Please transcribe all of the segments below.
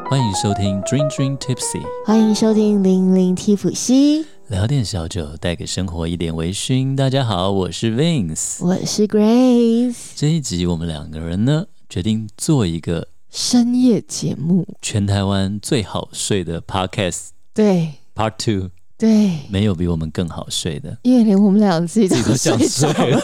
欢迎收听 Dream Dream Tipsy， 欢迎收听零零 T 普西， 聊点小酒，带给生活一点微醺。大家好，我是 Vince， 我是 Grace。 这一集我们两个人呢，决定做一个深夜节目， 全台湾最好睡的 Podcast， 对 Part 2， 对， 没有比我们更好睡的， 因为连我们俩自己都想睡了。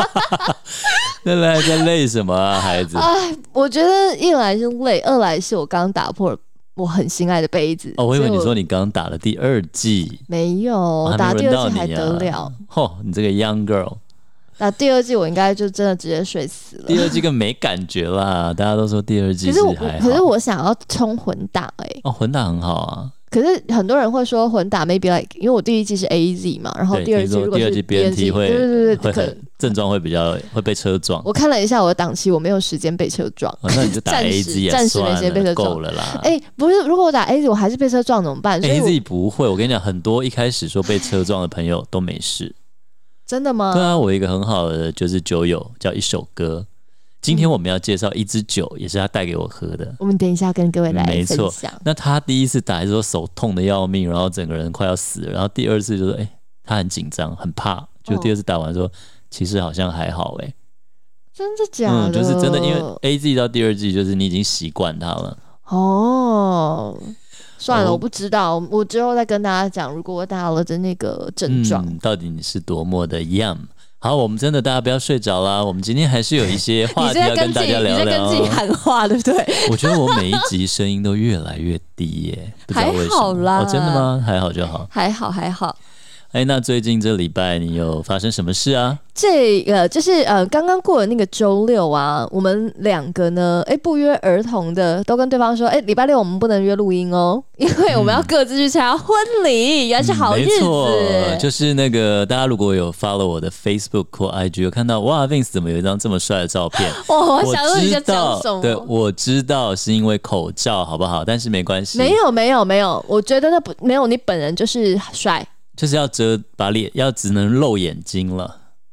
那在累什么啊，孩子？ 我觉得一来是累，二来是我刚刚打破了我很心爱的杯子。 我以为你说你刚打了第二季， 没有，打第二季还得了？ 你这个 young girl， 打第二季我应该就真的直接睡死了。 第二季更没感觉啦，大家都说第二季是还好。 可是我想要冲混打混打很好啊。 可是很多人会说混打 maybe like， 因为我第一季是 AZ 嘛，然后第二季如果是 BNT 会对症状会比较会被车撞。 我看了一下我的档期，我没有时间被车撞。 那你就打 AZ 也暂时没时间被车撞够了啦。 不是，如果我打 AZ 我还是被车撞怎么办 ？AZ 不会，我跟你讲，很多一开始说被车撞的朋友都没事。 真的吗？ 对啊，我一个很好的就是酒友叫一首歌。今天我们要介绍一支酒，也是他带给我喝的。 我们等一下跟各位来分享。 没错，那他第一次打还是说手痛的要命，然后整个人快要死了。然后第二次就说，他很紧张，很怕。就第二次打完说，其实好像还好真的假的？ 就是真的，因为 AZ 到第二季就是你已经习惯它了。 算了，我不知道，我之后再跟大家讲。如果我打了的那个症状， 到底你是多么的 yum。好，我们真的大家不要睡着啦，我们今天还是有一些话题要跟大家聊聊。 你在跟自己喊话，对不对？ 我觉得我每一集声音都越来越低耶，不知道为什么。 还好啦， 真的吗？还好就好， 还好。 那最近这礼拜你有发生什么事啊？ 这个就是刚刚过的那个周六啊，我们两个呢，不约而同的都跟对方说，礼拜六我们不能约录音哦，因为我们要各自去参加婚礼，原来是好日子。 没错，就是那个大家如果有 follow 我的 Facebook 或 IG， 有看到哇 Vince 怎么有一张这么帅的照片？ 我想说你在讲什么？ 对，我知道是因为口罩，好不好？但是没关系。 没有，我觉得没有，你本人就是帅。 就是要把脸，要只能露眼睛了。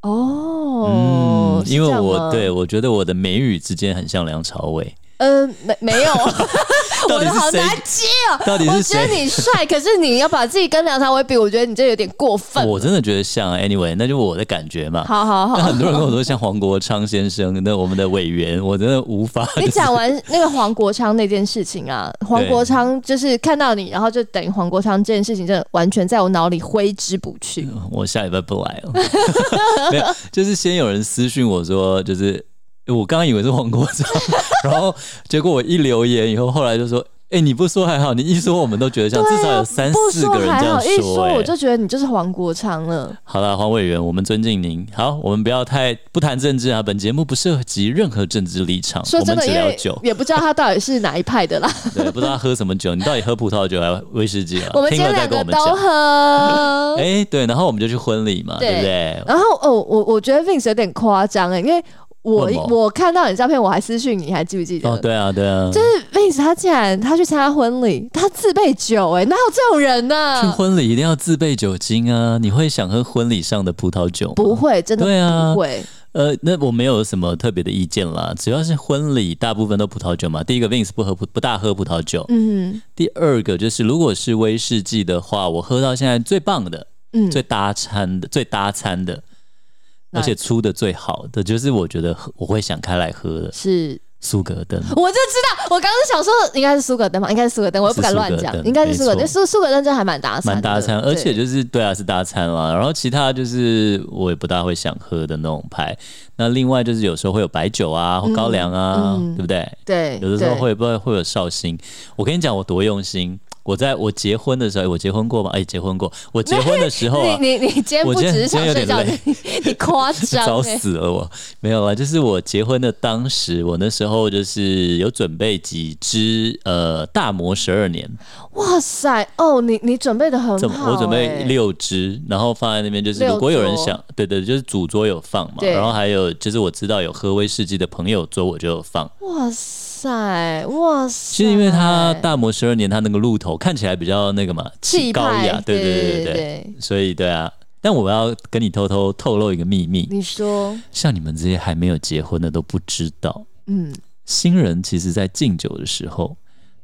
因为我觉得我的眉宇之间很像梁朝伟。 没有，我的好难接哦。 到底是谁？ 我觉得你帅，可是你要把自己跟梁朝伟比，我觉得你这有点过分。 我真的觉得像 anyway， 那就我的感觉嘛。 好。 那很多人跟我说像黄国昌先生，那我们的委员，我真的无法。 你讲完那个黄国昌那件事情啊，黄国昌就是看到你，然后就等于黄国昌这件事情，真的完全在我脑里挥之不去。 我下礼拜不来了。没有，就是先有人私讯我说，就是我刚刚以为是黄国昌，然后结果我一留言以后，后来就说，你不说还好，你一说我们都觉得像，至少有3-4个人这样说。 一说我就觉得你就是黄国昌了。 好啦，黄委员，我们尊敬您。好，我们不要不谈政治啊，本节目不涉及任何政治立场。 说真的， 我们只聊酒， 也不知道他到底是哪一派的啦。 对，不知道他喝什么酒，你到底喝葡萄酒还是威士忌啊？ 我们今天两个都喝。 对，然后我们就去婚礼嘛，对不对？ 然后我觉得 Vince 有点夸张因为。我看到你照片，我还私讯你，还记不记得？ 对啊。 就是 Vince 他竟然他去参加婚礼，他自备酒哪有这种人呢？ 去婚礼一定要自备酒精啊！你会想喝婚礼上的葡萄酒吗？ 不会，真的不会。 那我没有什么特别的意见啦，只要是婚礼，大部分都葡萄酒嘛。第一个 Vince 不大喝葡萄酒，第二个就是如果是威士忌的话，我喝到现在最棒的，最搭餐的。而且出的最好的，就是我觉得我会想开来喝的是苏格登。我就知道，我刚刚想说应该是苏格登嘛，应该是苏格登，我又不敢乱讲，应该是苏格登。苏格登真的还蛮搭餐，而且就是对啊，是搭餐啦。然后其他就是我也不大会想喝的那种牌。那另外就是有时候会有白酒啊，或高粱啊，对不对？ 对， 有的时候会有绍兴。我跟你讲，我多用心。我结婚的时候，我结婚过吗？结婚过。我结婚的时候你今天不只是想睡觉，你夸张， 早死了我。没有啦，就是我结婚的当时，我那时候就是有准备几支大摩12年。 哇塞，你准备的很好。 我准备6支，然后放在那边，就是如果有人想，对，就是主桌有放嘛，然后还有就是我知道有喝威士忌的朋友桌我就有放。 哇塞！ 其实因为他大摩12年，他那个鹿头看起来比较那个嘛，高雅，对，所以对啊。但我要跟你偷偷透露一个秘密， 你说， 像你们这些还没有结婚的都不知道，新人其实在敬酒的时候，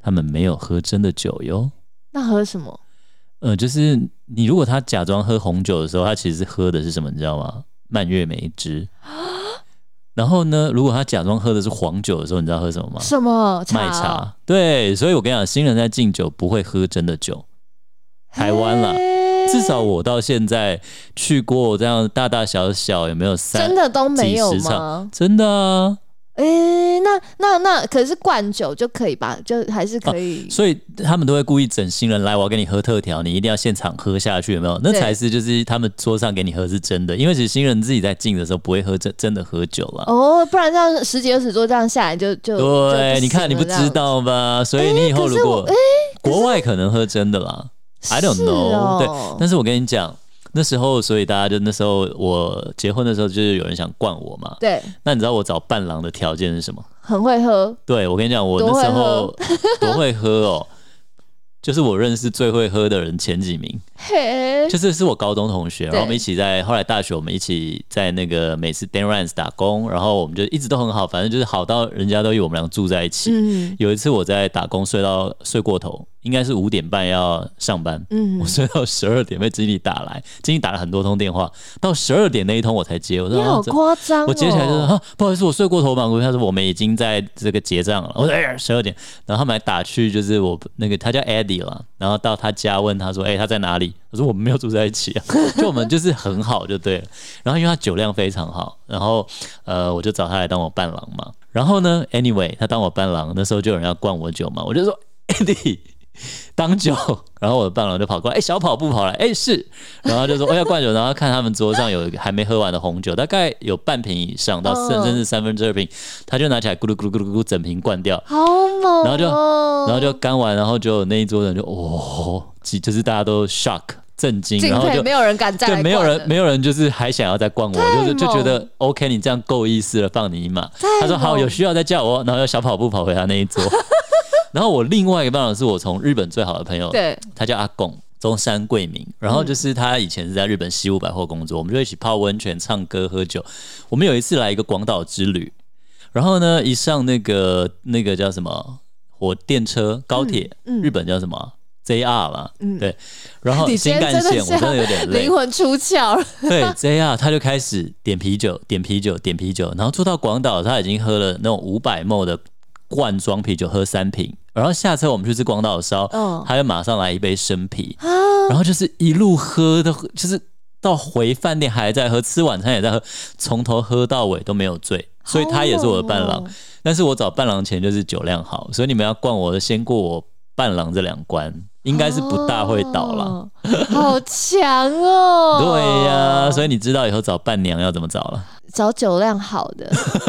他们没有喝真的酒哟。 那喝什么？ 就是你如果他假装喝红酒的时候，他其实喝的是什么，你知道吗？蔓越莓汁。然后呢，如果他假装喝的是黄酒的时候，你知道喝什么吗？ 什么？ 麦茶。对，所以我跟你讲，新人在敬酒不会喝真的酒。台湾啦，至少我到现在去过这样大大小小，有没有真的都没有吗？ 真的啊。 那可是灌酒就可以吧？就还是可以。 所以他们都会故意整新人来，我要给你喝特调，你一定要现场喝下去，有没有？那才是就是他们桌上给你喝是真的，因为其实新人自己在敬的时候不会喝真的喝酒啦。 不然这样10几20桌这样下来就对，你看你不知道吧？所以你以后如果国外可能喝真的啦，I don't know。对，但是我跟你讲。那时候，所以大家就那时候我结婚的时候，就是有人想灌我嘛。 对。 那你知道我找伴郎的条件是什么？ 很会喝。 对，我跟你讲，我那时候多会喝哦，就是我认识最会喝的人前几名。就是我高中同学，然后我们一起后来大学我们一起在那个美式 Dan Rance 打工，然后我们就一直都很好，反正就是好到人家都以为我们俩住在一起。有一次我在打工睡过头。应该是5点半要上班，我睡到12点被经理打来，经理打了很多通电话，到12点那一通我才接。我说你好夸张哦！ 我接起来就说不好意思，我睡过头嘛。他说我们已经在这个结账了。我说12点，然后他们还打去就是我那个他叫 Eddie 了，然后到他家问他说他在哪里？我说我们没有住在一起啊，就我们就是很好就对了。然后因为他酒量非常好，然后我就找他来当我伴郎嘛。然后呢 ，anyway 他当我伴郎，那时候就有人要灌我酒嘛，我就说 Eddie。当酒，然后我的伴郎就跑过来，小跑步跑来，是，然后就说要灌酒，然后看他们桌上有还没喝完的红酒，大概有半瓶以上到甚至2/3瓶，他就拿起来咕噜咕噜咕噜咕噜整瓶灌掉， 好猛然后就干完，然后就那一桌人就就是大家都 shock 震惊，然后就没有人敢再来灌了， 没有人就是还想要再灌我，就觉得 OK， 你这样够意思了，放你一马。他说好，有需要再叫我，然后就小跑步跑回他那一桌。然后我另外一个伴郎是我从日本最好的朋友，对，他叫阿贡，中山贵明。然后就是他以前是在日本西武百货工作，我们就一起泡温泉、唱歌、喝酒。我们有一次来一个广岛之旅，然后呢，一上那个叫什么电车、高铁，日本叫什么JR 嘛，对。然后新干线我真的有点累， 灵魂出窍了。 对 JR 他就开始点啤酒，然后坐到广岛，他已经喝了那种500ml 的罐装啤酒，喝3瓶。然后下车我们去吃广岛烧，他就马上来一杯生啤，然后就是一路喝的，就是到回饭店还在喝，吃晚餐也在喝，从头喝到尾都没有醉，所以他也是我的伴郎。但是我找伴郎前就是酒量好，所以你们要灌我的，先过我伴郎这2关，应该是不大会倒啦。 好强哦！ 对呀，所以你知道以后找伴娘要怎么找了？ 找酒量好的。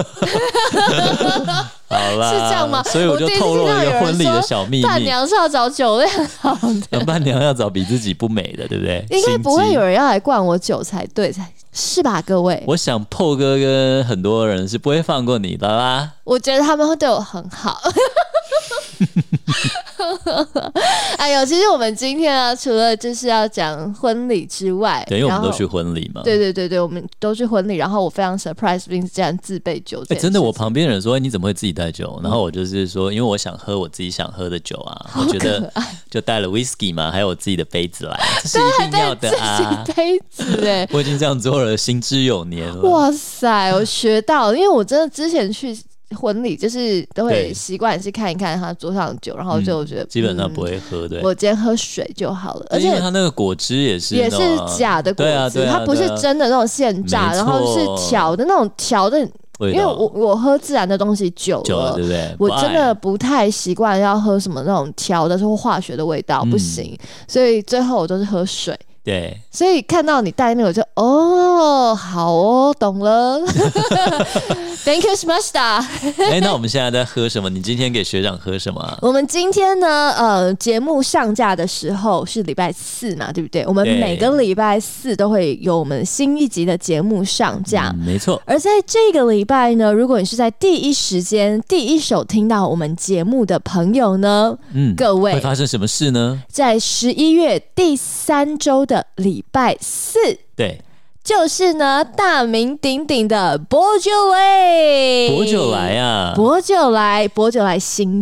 好啦， 是这样吗？ 所以我就透露了一个婚礼的小秘密。 伴娘是要找酒量好的， 伴娘要找比自己不美的，对不对？ 应该不会有人要来灌我酒才对，是吧，各位？ 我想破哥跟很多人是不会放过你的啦。 我觉得他们会对我很好。哎呦，其实我们今天啊，除了就是要讲婚礼之外， 对，因为我们都去婚礼嘛。 对，我们都去婚礼。然后我非常 surprise Vince 竟然自备酒。 真的，我旁边的人说你怎么会自己带酒？然后我就是说，因为我想喝我自己想喝的酒啊，我觉得就带了 whisky 嘛，还有我自己的杯子来，这是一定要的啊。 杯子哎， 我已经这样做了，行之有年了。 哇塞，我学到了，因为我真的之前去婚礼就是都会习惯是看一看他桌上的酒，然后就我觉得基本上不会喝，对， 我今天喝水就好了。而且因为他那个果汁也是假的果汁，它不是真的那种现榨，然后是调的那种调的。因为我喝自然的东西久了，对不对？我真的不太习惯要喝什么那种调的或化学的味道，不行。所以最后我都是喝水。 对， 所以看到你带那个，我就好哦，懂了。Thank you so much 那我们现在在喝什么？你今天给学长喝什么啊？ 我们今天呢，节目上架的时候是礼拜4嘛，对不对？我们每个礼拜4都会有我们新一集的节目上架， 没错。 而在这个礼拜呢，如果你是在第一时间、第一手听到我们节目的朋友呢，各位会发生什么事呢？ 在11月第3周的礼拜4， 对， 就是呢大名鼎鼎的薄酒来， 薄酒来啊， 薄酒来新酒。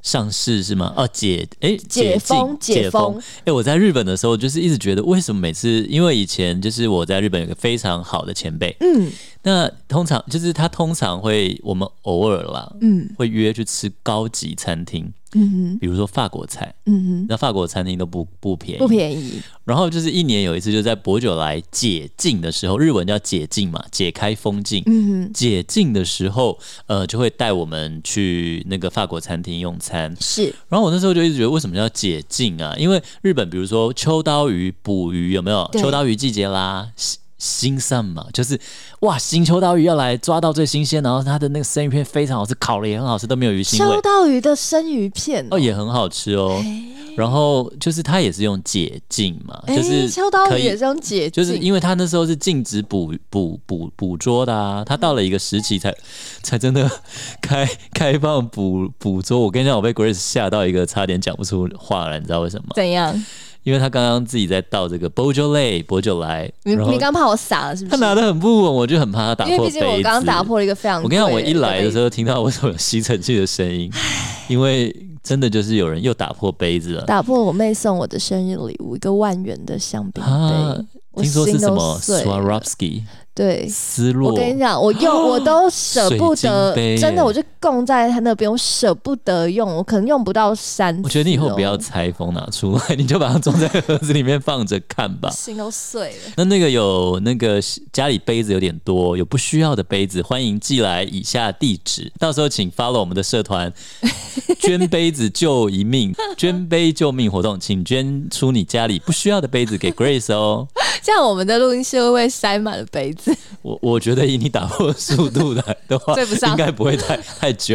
上市是吗？解封。我在日本的时候就是一直觉得，为什么每次因为以前就是我在日本有个非常好的前辈，那通常就是他通常会我们偶尔啦，会约去吃高级餐厅。比如说法国菜，那法国餐厅都不便宜，然后就是一年有一次，就在薄酒来解禁的时候，日文叫解禁嘛，解开封禁，解禁的时候，就会带我们去那个法国餐厅用餐。 是， 然后我那时候就一直觉得，为什么叫解禁啊？因为日本比如说秋刀鱼捕鱼有没有？秋刀鱼季节啦。新上嘛，就是哇，新秋刀鱼要来抓到最新鲜，然后它的那个生鱼片非常好吃，烤的也很好吃，都没有鱼腥味。 秋刀鱼的生鱼片也很好吃哦。然后就是它也是用解禁嘛，就是秋刀鱼也是用解禁， 就是因为它那时候是禁止捕捉的啊，它到了一个时期才真的开放捕捉。我跟你讲，我被 Grace 吓到一个差点讲不出话来，你知道为什么吗？ 怎样？ 因为他刚刚自己在倒这个薄酒来， 你刚怕我洒了是不是？ 他拿得很不稳，我就很怕他打破杯子。 因为毕竟我刚刚打破了一个非常…… 我跟你讲，我一来的时候听到为什么有吸尘器的声音，因为真的就是有人又打破杯子了， 打破我妹送我的生日礼物，1个万元的香槟杯。 听说是什么 Swarovski。 对， 失落。 我跟你讲，我都舍不得，真的，我就供在他那边，我舍不得用，我可能用不到3次。 我觉得你以后不要拆封拿出来，你就把它装在盒子里面放着看吧。 心都碎了。 那个有那个家里杯子有点多，有不需要的杯子，欢迎寄来以下地址，到时候请 follow 我们的社团，捐杯子救一命，捐杯救命活动，请捐出你家里不需要的杯子给 Grace 哦。 这样我们的录音室会不会塞满了杯子？ 我觉得以你打破速度的话，应该不会太久。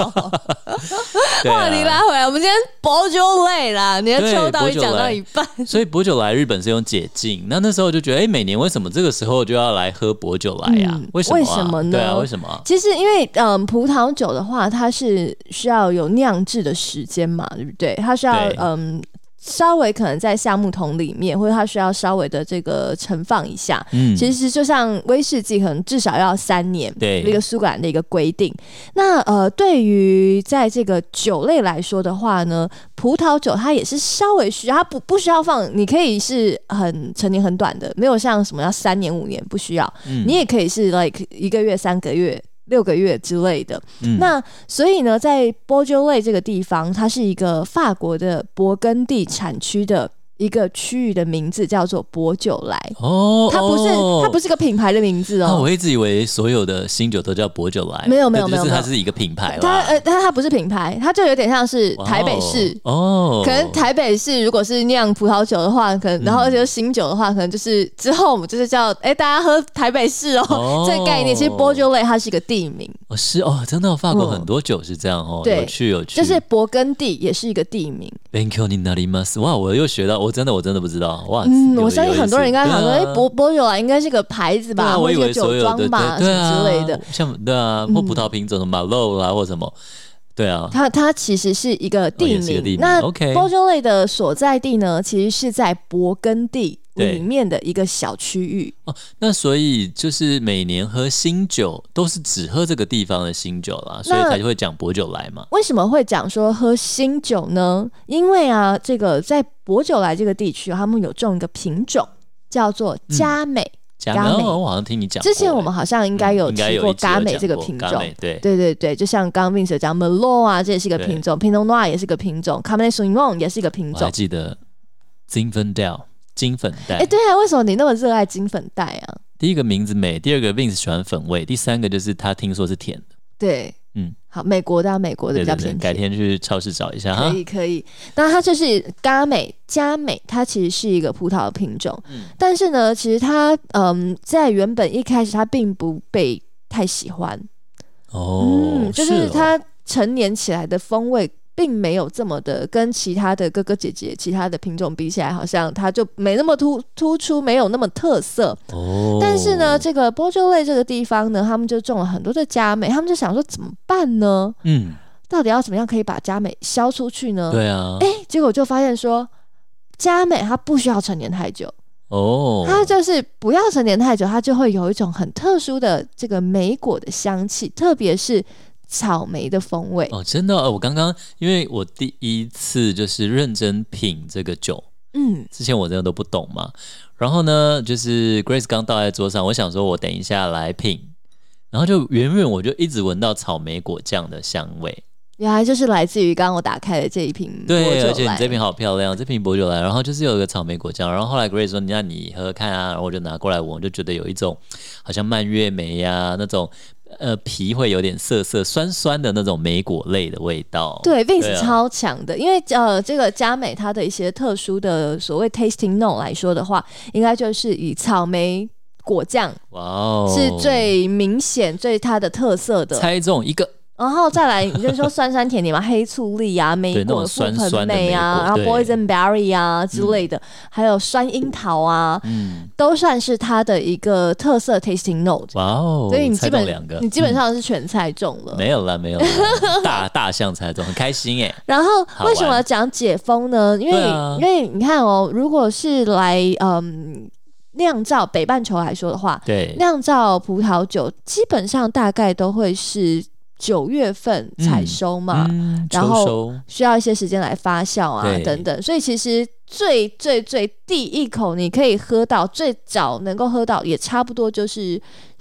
话题拉回来，我们今天薄酒类啦，你的秋刀鱼讲到一半， 所以薄酒来日本是用解禁。那时候就觉得，每年为什么这个时候就要来喝薄酒来呀？为什么呢？对啊，为什么？ 其实因为葡萄酒的话，它是需要有酿制的时间嘛，对不对？它需要稍微可能在橡木桶里面，或者它需要稍微的这个盛放一下。其实就像威士忌，可能至少要3年，对一个苏格兰的一个规定。那对于在这个酒类来说的话呢，葡萄酒它也是稍微需要，它不需要放，你可以是陈年很短的，没有像什么要3年5年不需要，你也可以是 like 1个月3个月。6个月之类的，那所以呢，在波酒类这个地方，它是一个法国的勃艮第产区的一个区域的名字，叫做薄酒来。它不是个品牌的名字哦。 我一直以为所有的新酒都叫薄酒来， 没有， 就是它是一个品牌啦。 它不是品牌，它就有点像是台北市可能台北市如果是酿葡萄酒的话，可能然后就是新酒的话，可能就是之后我们就是叫大家喝台北市这个概念。其实薄酒类它是一个地名。 是真的，法国很多酒是这样对， 有趣， 就是勃艮第也是一个地名。 Thank you， 你哪里吗？哇，我又学到，我真的不知道。哇， 我相信很多人应该想说，薄酒来应该是个牌子吧，或者一个酒庄吧，什么之类的。 像或葡萄品种的马洛啦，或什么。对啊， 它其实是一个地名。那薄酒类的所在地呢，其实是在勃艮第里面的一个小区域。 那所以就是每年喝新酒都是只喝这个地方的新酒啦，所以才会讲薄酒来嘛。 为什么会讲说喝新酒呢？因为这个在薄酒来这个地区，他们有种一个品种叫做佳美。 我好像听你讲过， 之前我们好像应该有提过佳美这个品种。对，就像刚刚 Vince 讲 Merlot 这也是一个品种， Pinot Noir 也是个品种， Cabernet Sauvignon 也是一个品种。 我还记得金粉带。 对啊，为什么你那么热爱金粉带啊？ 第一个名字美，第二个 Vince 喜欢粉味，第三个就是他听说是甜的。 对，好，美国的比较偏甜。 改天去超市找一下哈。 可以。那它就是佳美，它其实是一个葡萄的品种，但是呢，其实它在原本一开始它并不被太喜欢。就是它陈年起来的风味并没有这么的跟其他的哥哥姐姐其他的品种比起来，好像它就没那么突出，没有那么特色。但是呢，这个波酒类这个地方呢，他们就种了很多的佳美，他们就想说怎么办呢？到底要怎么样可以把佳美销出去呢？ 对啊， 结果就发现说，佳美它不需要陈年太久。它就是不要陈年太久，它就会有一种很特殊的这个莓果的香气，特别是草莓的风味。 哦，真的，我刚刚因为我第一次就是认真品这个酒，之前我真的都不懂嘛。然后呢，就是 Grace 刚倒在桌上，我想说我等一下来品，然后就远远我就一直闻到草莓果酱的香味。 原来就是来自于刚刚我打开的这一瓶薄酒来。 对，而且你这瓶好漂亮，这瓶薄酒来，然后就是有一个草莓果酱，然后后来 Grace 说那你喝喝看啊，然后我就拿过来闻，我就觉得有一种好像蔓越莓啊那种皮会有点涩涩酸酸的那种莓果类的味道。 对 Vince 超强的，因为这个佳美它的一些特殊的所谓 tasting note 来说的话，应该就是以草莓果酱是最明显最它的特色的， 猜中一个。 然后再来，你就是说酸酸甜甜嘛，黑醋栗啊，莓果、覆盆莓啊，然后 boysenberry 啊之类的，还有酸樱桃啊，都算是它的一个特色 tasting note。 哇哦！ 所以你基本上是全猜中了。 没有啦，大项猜中，很开心耶。 然后为什么讲解封呢？因为你看哦，如果是来酿造北半球来说的话， 对， 酿造葡萄酒基本上大概都会是9月份采收嘛，然后需要一些时间来发酵啊等等，所以其实最第一口你可以喝到，最早能够喝到也差不多就是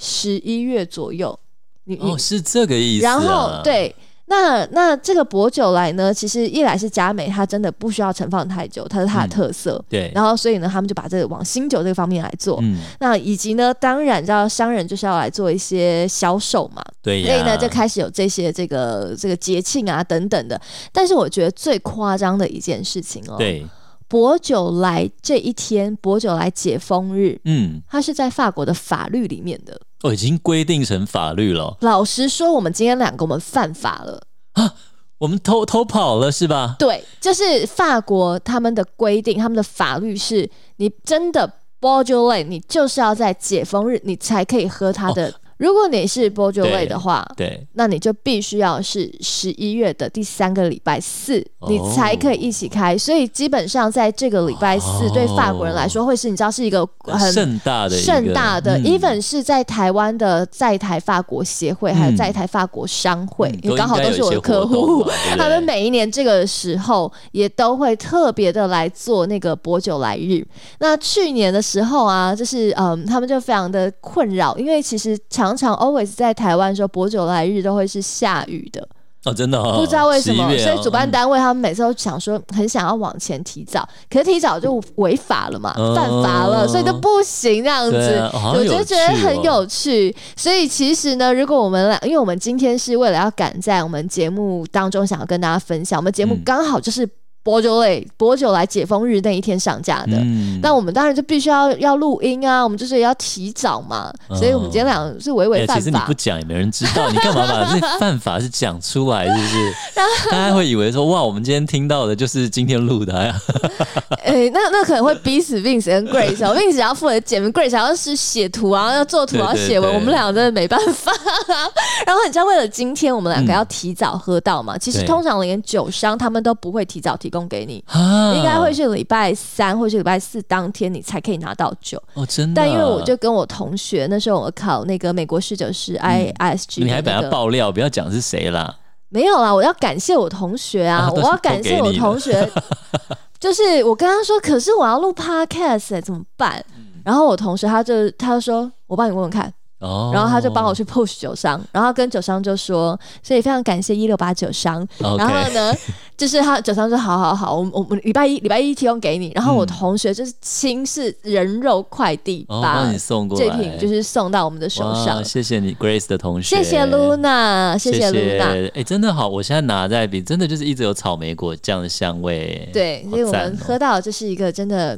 11月左右。 是这个意思啊。 然后对。那这个薄酒来呢，其实一来是佳美，它真的不需要陈放太久，它是它的特色。 对。 然后所以呢，他们就把这个往新酒这个方面来做。那以及呢，当然知道商人就是要来做一些销售嘛。 对呀。 所以呢，就开始有这些这个节庆啊等等的。但是我觉得最夸张的一件事情哦， 对， 薄酒来这一天，薄酒来解封日，它是在法国的法律里面的。 已经规定成法律了。 老实说，我们今天2个我们犯法了啊！我们偷跑了是吧？ 对，就是法国他们的规定，他们的法律是，你真的 Beaujolais 你就是要在解封日你才可以喝它的。如果你是Beaujolais的话， 对， 那你就必须要是11月的第3个礼拜四，你才可以一起开。所以基本上在这个礼拜四，对法国人来说，会是你知道是一个很盛大的 ，even 是在台湾的在台法国协会，还有在台法国商会，因为刚好都是我的客户，他们每一年这个时候也都会特别的来做那个薄酒来日。那去年的时候啊，就是他们就非常的困扰，因为其实常常 always 在台湾的时候，薄酒来日都会是下雨的。 真的不知道为什么，所以主办单位他们每次都想说，很想要往前提早，可是提早就违法了嘛，犯法了，所以都不行这样子。我就觉得很有趣。所以其实呢，如果我们因为我们今天是为了要赶在我们节目当中想要跟大家分享，我们节目刚好就是薄酒来解封日那一天上架的，那我们当然就必须要录音啊，我们就是要提早嘛，所以我们今天俩是违犯法。 其实你不讲也没人知道，你干嘛把这犯法是讲出来，是不是？大家会以为说哇，我们今天听到的就是今天录的呀。 那可能会逼死 Vince 跟 Grace，Vince 要负责剪 ，Grace 要是写图啊，要做图要写文，我们俩真的没办法。然后你知道，为了今天我们2个要提早喝到嘛，其实通常连酒商他们都不会提早提供给你，应该会是礼拜3或是礼拜4当天你才可以拿到酒。 真的。 但因为我就跟我同学，那时候我考那个美国侍酒师 ISG， 你还把他爆料，不要讲是谁啦。 没有啦，我要感谢我同学啊，我要感谢我同学。就是我跟他说，可是我要录 podcast 怎么办？然后我同学他就说，我帮你问问看。然后他就帮我去 push 酒商，然后跟酒商就说，所以非常感谢168酒商。然后呢，就是他酒商说好，我们礼拜一提供给你。然后我同学就是亲自人肉快递把这瓶就是送到我们的手上。 谢谢你 Grace 的同学， 谢谢 Luna， 谢谢 Luna。 真的好，我现在拿在笔，真的就是一直有草莓果酱的香味。 对，所以我们喝到这是一个真的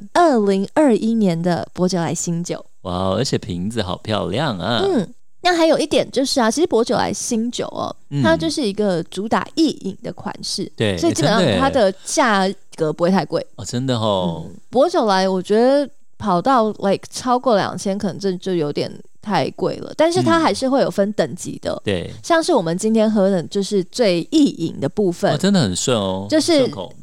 2021年的薄酒来新酒。 哇，而且瓶子好漂亮啊！ 那还有一点就是啊，其实薄酒来新酒哦，它就是一个主打易饮的款式， 对， 所以基本上它的价格不会太贵真的哦。 薄酒来我觉得跑到超过2000，可能这就有点太贵了，但是它还是会有分等级的， 对， 像是我们今天喝的就是最易饮的部分， 真的很顺哦， 就是顺口，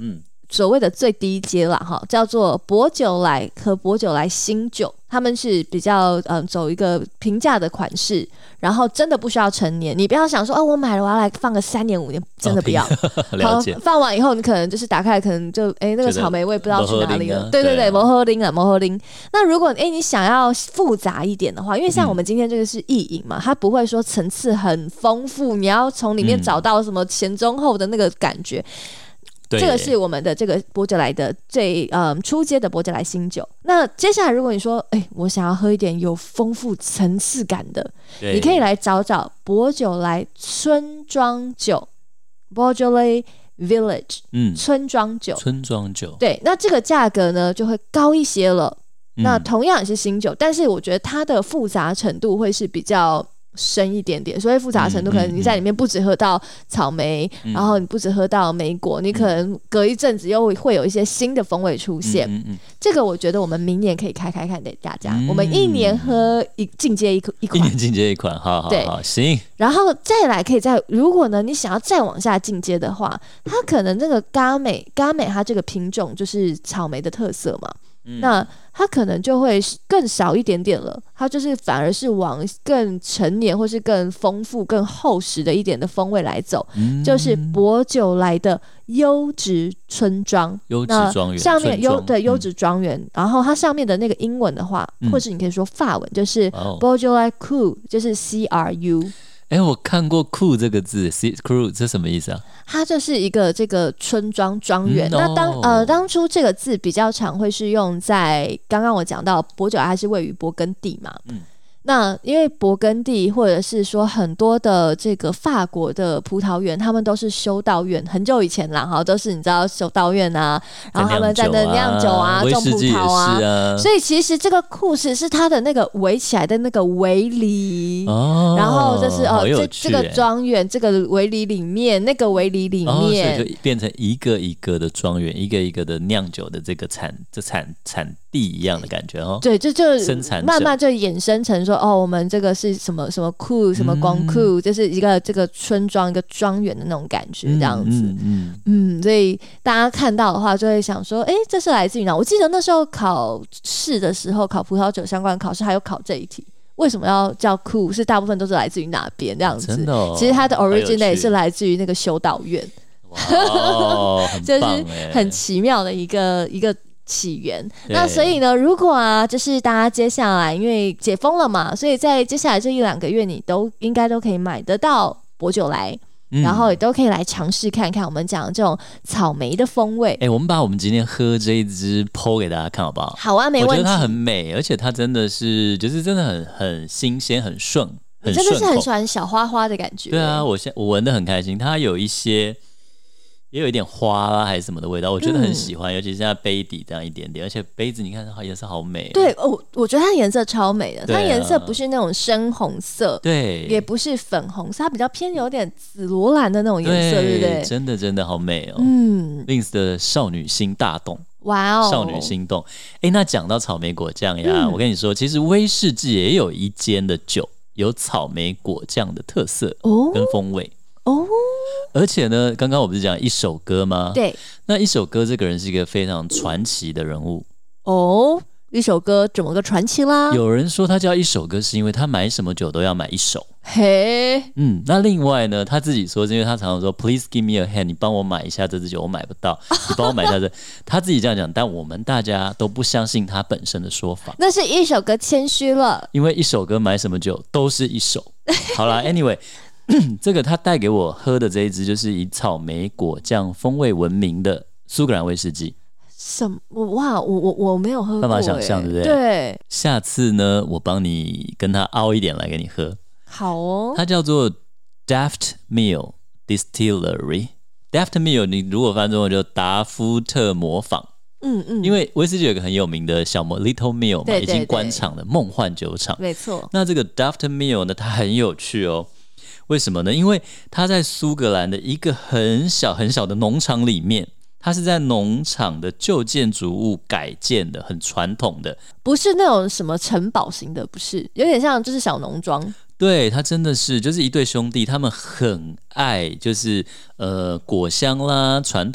所谓的最低阶啦哈，叫做薄酒莱和薄酒莱新酒，他们是比较走一个平价的款式，然后真的不需要陈年，你不要想说我买了我要来放个3年5年，真的不要。 了解。 放完以后你可能就是打开可能就那个草莓味不知道去哪里了。对对对，摩诃林啊摩诃林。那如果你想要复杂一点的话，因为像我们今天这个是意饮嘛，它不会说层次很丰富，你要从里面找到什么前中后的那个感觉。这个是我们的这个薄酒莱的最初阶的薄酒莱新酒。那接下来如果你说我想要喝一点有丰富层次感的，你可以来找找薄酒莱村庄酒 Beaujolais Village， 村庄酒。对，那这个价格呢就会高一些了。那同样也是新酒，但是我觉得它的复杂程度会是比较深一点点，所以复杂程度可能你在里面不只喝到草莓，然后你不只喝到莓果，你可能隔一阵子又会有一些新的风味出现。这个我觉得我们明年可以开看给大家，我们1年喝进阶一款，1 年进阶一款，好，行。 然后再来可以如果呢你想要再往下进阶的话，它可能这个嘎美它这个品种就是草莓的特色嘛。那它可能就会更少一点点了，它就是反而是往更陈年或是更丰富更厚实的一点的风味来走，就是薄酒莱的优质村庄， 优质庄园上面优质庄园，然后它上面的那个英文的话，或是你可以说法文，就是 Beaujolais Cru， 就是 CRU。 我看过酷这个字 ，cru 这什么意思啊？ 它就是一个这个村庄庄园。那当初这个字比较常会是用在刚刚我讲到薄酒莱还是位于勃艮第嘛。那因为勃艮第或者是说很多的这个法国的葡萄园，他们都是修道院，很久以前啦哈，都是你知道修道院啊，然后他们在那酿酒啊，种葡萄啊，所以其实这个故事是它的那个围起来的那个围篱，然后就是这个庄园，这个围篱里面，那个围篱里面， 所以就变成一个一个的庄园，一个一个的酿酒的这个产地一样的感觉哦。 对，就慢慢就衍生成说我们这个是什么什么库，什么光库，就是一个这个村庄一个庄园的那种感觉这样子。所以大家看到的话就会想说这是来自于哪？我记得那时候考试的时候，考葡萄酒相关考试还有考这一题，为什么要叫库？是大部分都是来自于哪边这样子？ 真的其实它的 original 也是来自于那个修道院。 哇， 就是很奇妙的一个起源。那所以呢，如果就是大家接下来因为解封了嘛，所以在接下来这1-2个月你应该都可以买得到薄酒莱，然后也都可以来尝试看看我们讲的这种草莓的风味。 我们把我们今天喝这一支 po 给大家看好不好？ 好啊，没问题。 我觉得它很美，而且它真的是就是真的很新鲜，很顺，很顺口。 真的是很喜欢小花花的感觉。 对啊，我闻得很开心，它有一些。也有一点花啦还是什么的味道，我觉得很喜欢，尤其是它杯底这样一点点，而且杯子你看它颜色好美。 对，我觉得它颜色超美的，它颜色不是那种深红色， 对， 也不是粉红色，它比较偏有点紫罗兰的那种颜色，对不对？ 真的好美哦。Vince 的少女心大动。 哇哦， 少女心动。那讲到草莓果酱呀，我跟你说，其实威士忌也有一间的酒有草莓果酱的特色跟风味。而且呢，刚刚我不是讲一首歌吗？ 对， 那一首歌这个人是一个非常传奇的人物。 一首歌怎么个传奇啦？ 有人说他叫一首歌是因为他买什么酒都要买一首。 嘿， 那另外呢，他自己说是因为他常常说 Please give me a hand， 你帮我买一下这支酒，我买不到，你帮我买一下这。他自己这样讲，但我们大家都不相信他本身的说法。 那是一首歌谦虚了， 因为一首歌买什么酒都是一首。好啦 anyway。这个他带给我喝的这一支就是以草莓果酱风味闻名的苏格兰威士忌。 什么？哇，我没有喝过， 办法想象对不对？ 对， 下次呢，我帮你跟他凹一点来给你喝。 好哦。 它叫做 Daft Mill Distillery。Daft Mill 你如果翻中文就达夫特磨坊。因为威士忌有一个很有名的小磨 Little Mill 嘛，已经关厂的梦幻酒厂。 没错。 那这个 Daft Mill 呢，它很有趣哦。为什么呢？因为它在苏格兰的一个很小很小的农场里面，它是在农场的旧建筑物改建的，很传统的， 不是那种什么城堡型的，不是，有点像就是小农庄。 对，它真的是就是一对兄弟，他们很爱就是果香啦，传统的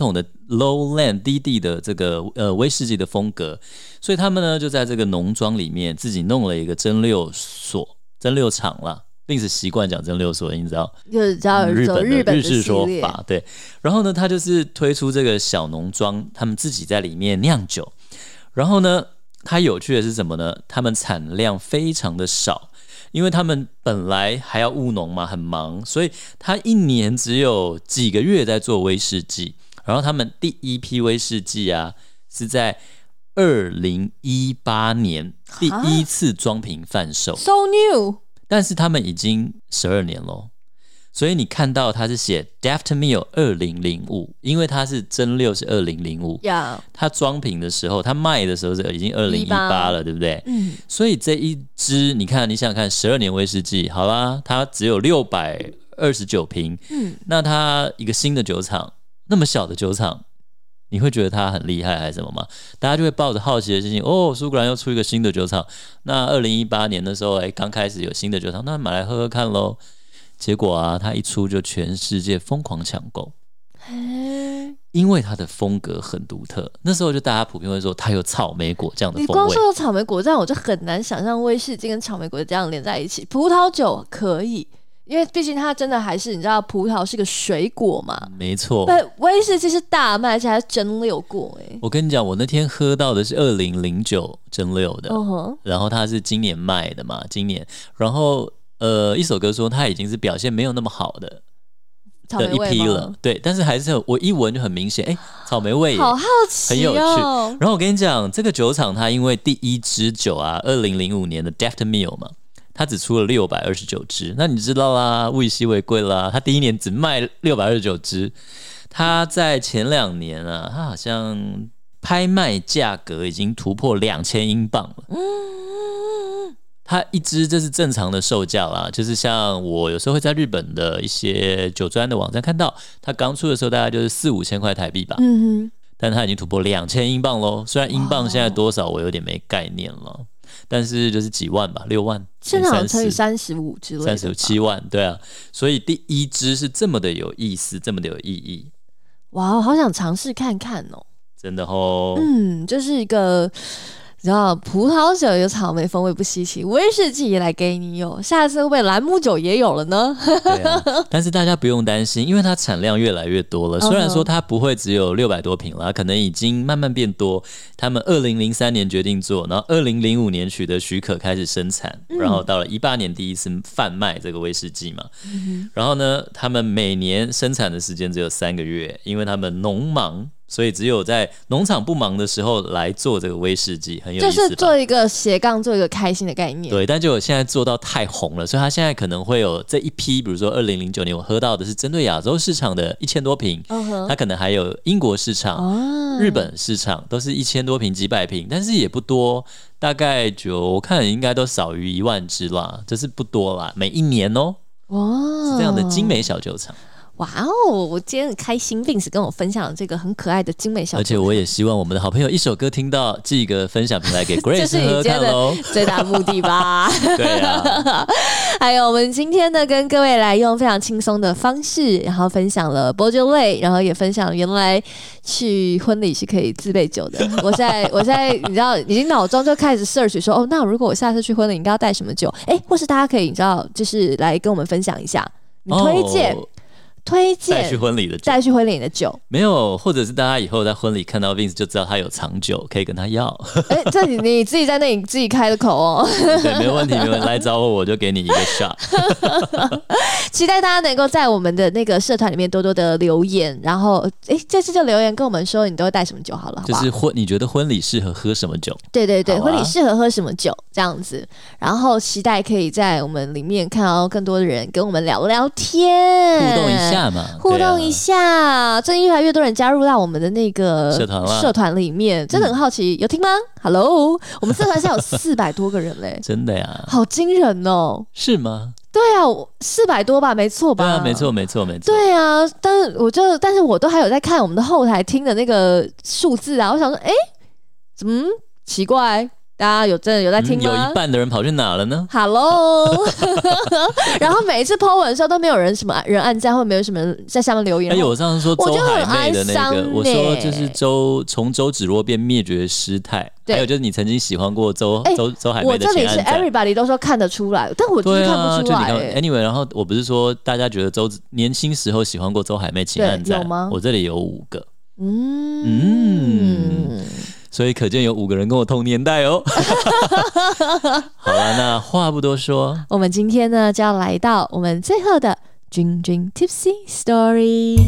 lowland 低地的这个威士忌的风格，所以他们呢就在这个农庄里面自己弄了一个蒸馏厂啦。并且习惯讲蒸馏所，你知道， 就是叫日本的日式说系列法，对。然后呢，他就是推出这个小农庄，他们自己在里面酿酒。然后呢，它有趣的是什么呢？他们产量非常的少，因为他们本来还要务农嘛，很忙，所以他一年只有几个月在做威士忌。然后他们第一批威士忌啊，是在2018年第一次装瓶贩售 ，so new。 但是他们已经12年了，所以你看到它是写 Daftmill 2005，因为它是蒸馏是2005， 它装瓶的时候，它卖的时候是已经2018了，对不对？所以这一支你想想看，12年威士忌，好啦，它只有629瓶，那它一个新的酒厂，那么小的酒厂。你会觉得它很厉害还是什么吗？大家就会抱着好奇的心情，苏格兰又出一个新的酒厂。那2018年的时候，刚开始有新的酒厂，那买来喝喝看咯。结果啊，它一出就全世界疯狂抢购，因为它的风格很独特。那时候就大家普遍会说它有草莓果这样的风味。 你光说有草莓果，这样我就很难想象威士忌跟草莓果这样连在一起。葡萄酒可以。因为毕竟它真的还是你知道，葡萄是个水果嘛， 没错。 威士忌是大麦，而且还蒸馏过我跟你讲，我那天喝到的是2009蒸馏的，然后它是今年卖的嘛，然后一首歌说它已经是表现没有那么好的一批了，对，但是还是我一闻就很明显，草莓味， 好好奇， 很有趣。然后我跟你讲，这个酒厂它因为第一支酒啊，2005年的 Daftmill 嘛。他只出了629支，那你知道啦，物以稀为贵啦。他第一年只卖629支，他在前2年啊，他好像拍卖价格已经突破2000英镑了。他一支这是正常的售价啦，就是像我有时候会在日本的一些酒专的网站看到，他刚出的时候大概就是4-5千块台币吧。但他已经突破2000英镑咯，虽然英镑现在多少我有点没概念了。但是就是几万吧，6万， 现在好像乘以35之类的 ，37万，对啊，所以第一支是这么的有意思，这么的有意义。 哇，我好想尝试看看哦， 真的哦， 就是一个。你知道葡萄酒有草莓风味不稀奇，威士忌也来给你有，下次会不会兰姆酒也有了呢？ 对啊，但是大家不用担心，因为它产量越来越多了。虽然说它不会只有600多瓶了，可能已经慢慢变多。他们2003年决定做，然后2005年取得许可开始生产，然后到了18年第一次贩卖这个威士忌嘛。然后呢，他们每年生产的时间只有3个月，因为他们农忙。所以只有在农场不忙的时候来做这个威士忌，很有意思吧， 就是做一个斜杠，做一个开心的概念。 对，但就我现在做到太红了，所以他现在可能会有这一批，比如说2009年我喝到的是针对亚洲市场的1000多瓶，他可能还有英国市场、日本市场都是1000多瓶、几百瓶，但是也不多，大概我看应该都少于1万支啦，这是不多啦，每一年哦，是这样的精美小酒厂。 哇哦！我今天很开心 ，Vince 跟我分享这个很可爱的精美小酒， 而且我也希望我们的好朋友一首歌听到，寄一个分享平台给 Grace 喝喝看喽， 最大目的吧？ 对啊。 还有我们今天呢，跟各位来用非常轻松的方式，然后分享了 Beaujolais， 然后也分享原来去婚礼是可以自备酒的。我现在你知道，已经脑中就开始 search 说，那如果我下次去婚礼应该要带什么酒？或是大家可以你知道，就是来跟我们分享一下，你推荐带去婚礼的酒， 没有，或者是大家以后在婚礼看到 Vince 就知道他有藏酒，可以跟他要。 这你自己在那里自己开的口哦。 对，没有问题，来找我就给你一个 shot。 期待大家能够在我们的那个社团里面多多的留言，然后这次就留言跟我们说你都会带什么酒好了，好不好？ 就是你觉得婚礼适合喝什么酒？ 对，婚礼适合喝什么酒这样子，然后期待可以在我们里面看到更多的人跟我们聊聊天，互动一下，最近越来越多人加入到我们的那个社团里面，真的很好奇，有听吗 ？Hello， 我们社团现在有400多个人嘞， 真的呀， 好惊人哦， 是吗？ 对啊，400多吧，没错吧？ 对啊，没错。 对啊，但是我都还有在看我们的后台听的那个数字啊，我想说，怎么奇怪？ 大家真的有在听吗？ 有一半的人跑去哪了呢 ？Hello， 然后每一次 po 文的时候都没有人按赞，或没有什么人在下面留言。 我上次说周海媚的那个，我说就是从周芷若变灭绝师太，还有就是你曾经喜欢过周海媚的前暗赞。我这里是 everybody 都说看得出来，但我就是看不出来。 Anyway， 然后我不是说大家觉得年轻时候喜欢过周海媚前暗赞， 有吗？ 我这里有5个。所以可见有5个人跟我同年代哦。好了，那话不多说， 我们今天呢就要来到我们最后的君君 Tipsy Story。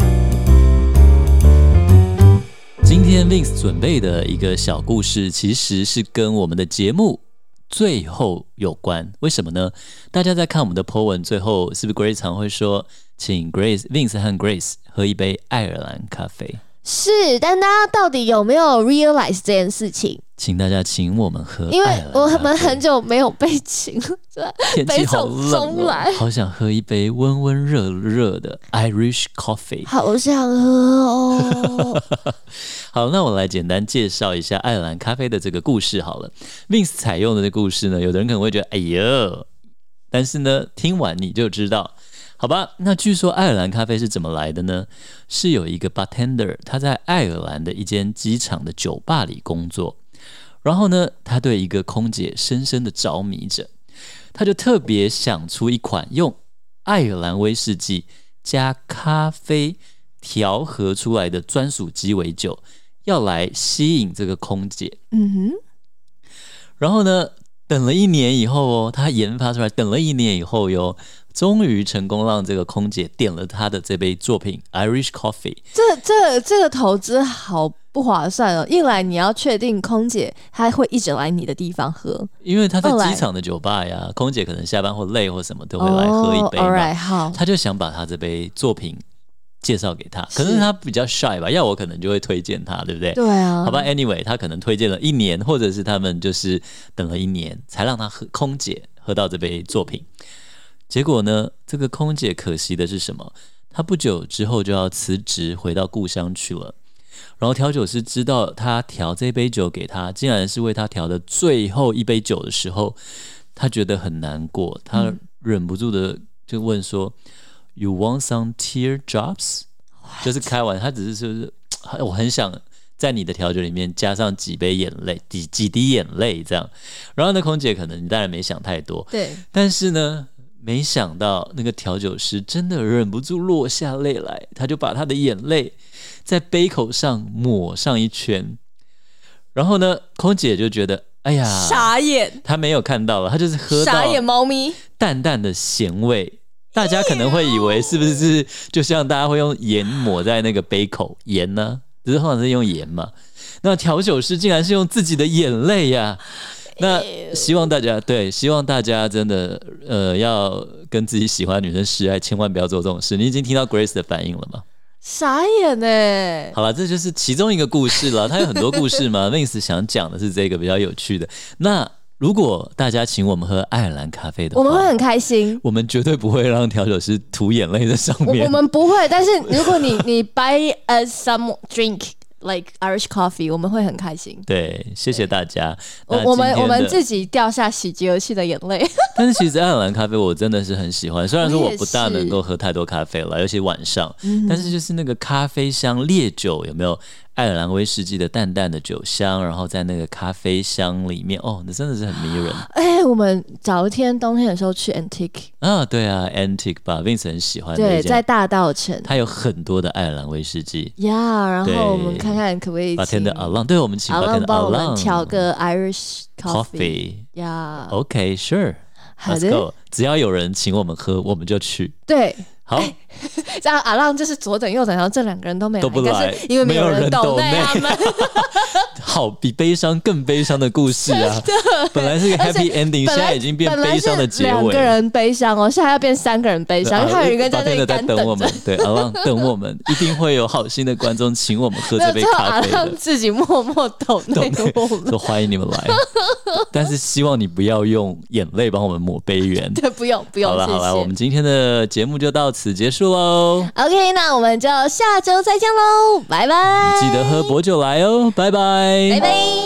今天 Vince 准备的一个小故事，其实是跟我们的节目最后有关。为什么呢？大家在看我们的 po 文最后，是不是 Grace 常会说，请 Vince 和 Grace 喝一杯爱尔兰咖啡？ 是，但大家到底有没有 realize 这件事情？ 请大家请我们喝， 因为我们很久没有被请， 天气好冷哦，好想喝一杯温温热热的 Irish coffee， 好想喝哦。 好，那我来简单介绍一下爱尔兰咖啡的这个故事好了。Vince 采用的这个故事呢，有的人可能会觉得哎呦，但是呢，听完你就知道。好吧，那据说爱尔兰咖啡是怎么来的呢？是有一个 bartender， 他在爱尔兰的一间机场的酒吧里工作，然后呢，他对一个空姐深深的着迷着，他就特别想出一款用爱尔兰威士忌加咖啡调和出来的专属鸡尾酒，要来吸引这个空姐。然后呢，等了1年以后哦，他研发出来，等了1年以后哟，终于成功让这个空姐点了他的这杯作品 Irish Coffee。 这个投资好不划算哦！一来你要确定空姐她会一直来你的地方喝， 因为她在机场的酒吧呀，空姐可能下班或累或什么都会来喝一杯嘛。 好， 他就想把他这杯作品介绍给他，可是他比较 shy 吧，要我可能就会推荐他，对不对？ 对啊。 好吧 ，anyway， 他可能推荐了1年，或者是他们就是等了1年才让他空姐喝到这杯作品。结果呢，这个空姐可惜的是什么？她不久之后就要辞职回到故乡去了。然后调酒师知道他调这杯酒给他，竟然是为他调的最后一杯酒的时候，他觉得很难过，他忍不住的就问说：“You want some teardrops？” 就是开玩笑，他只是我很想在你的调酒里面加上几滴眼泪这样。然后呢，空姐可能当然没想太多， 对， 但是呢，没想到那个调酒师真的忍不住落下泪来，他就把他的眼泪在杯口上抹上一圈。然后呢，空姐就觉得哎呀， 傻眼， 他没有看到了，他就是喝到傻眼猫咪淡淡的咸味。大家可能会以为是不是就像大家会用盐抹在那个杯口，盐呢，只是通常是用盐嘛。那调酒师竟然是用自己的眼泪呀！那希望大家真的要跟自己喜欢的女生示爱，千万不要做这种事。你已经听到 Grace 的反应了吗？ 傻眼耶！ 好了，这就是其中一个故事了。他有很多故事嘛，Vince 想讲的是这个比较有趣的。那如果大家请我们喝爱尔兰咖啡的话， 我们会很开心。 我们绝对不会让调酒师涂眼泪在上面。 我们不会，但是如果你 buy us some drink。Like Irish coffee， 我们会很开心。 对，谢谢大家。 我们自己掉下喜极而泣的眼泪。 但是其实爱尔兰咖啡我真的是很喜欢，虽然说我不大能够喝太多咖啡了，尤其晚上。但是就是那个咖啡香烈酒有没有？爱尔兰威士忌的淡淡的酒香，然后在那个咖啡香里面，哦，那真的是很迷人。 我们早一天冬天的时候去 Antique 啊，对啊 ，Antique 吧 ，Vince 很喜欢。 对，在大稻埕， 它有很多的爱尔兰威士忌呀。然后我们看看可不可以 bartender Alan， 对，我们请 bartender Alan 帮我们调个 Irish coffee 呀。 OK， sure，Let's go。只要有人请我们喝，我们就去。 对。 好， 这样阿浪就是左等右等，然后这2个人都没来， 都不来， 因为没有人抖内他们。 好，比悲伤更悲伤的故事啊！本来是个 happy ending， 现在已经变悲伤的结尾。2个人悲伤哦，现在要变3个人悲伤，因为还有一个在那里干等我们。对，阿浪等我们，一定会有好心的观众请我们喝这杯咖啡的。 阿浪自己默默抖内我们， 说欢迎你们来，但是希望你不要用眼泪帮我们抹杯缘。 对，不用。 好了，我们今天的节目就到此结束喽。 OK， 那我们就下周再见喽，拜拜！ 记得喝薄酒来哦，拜拜， 拜拜。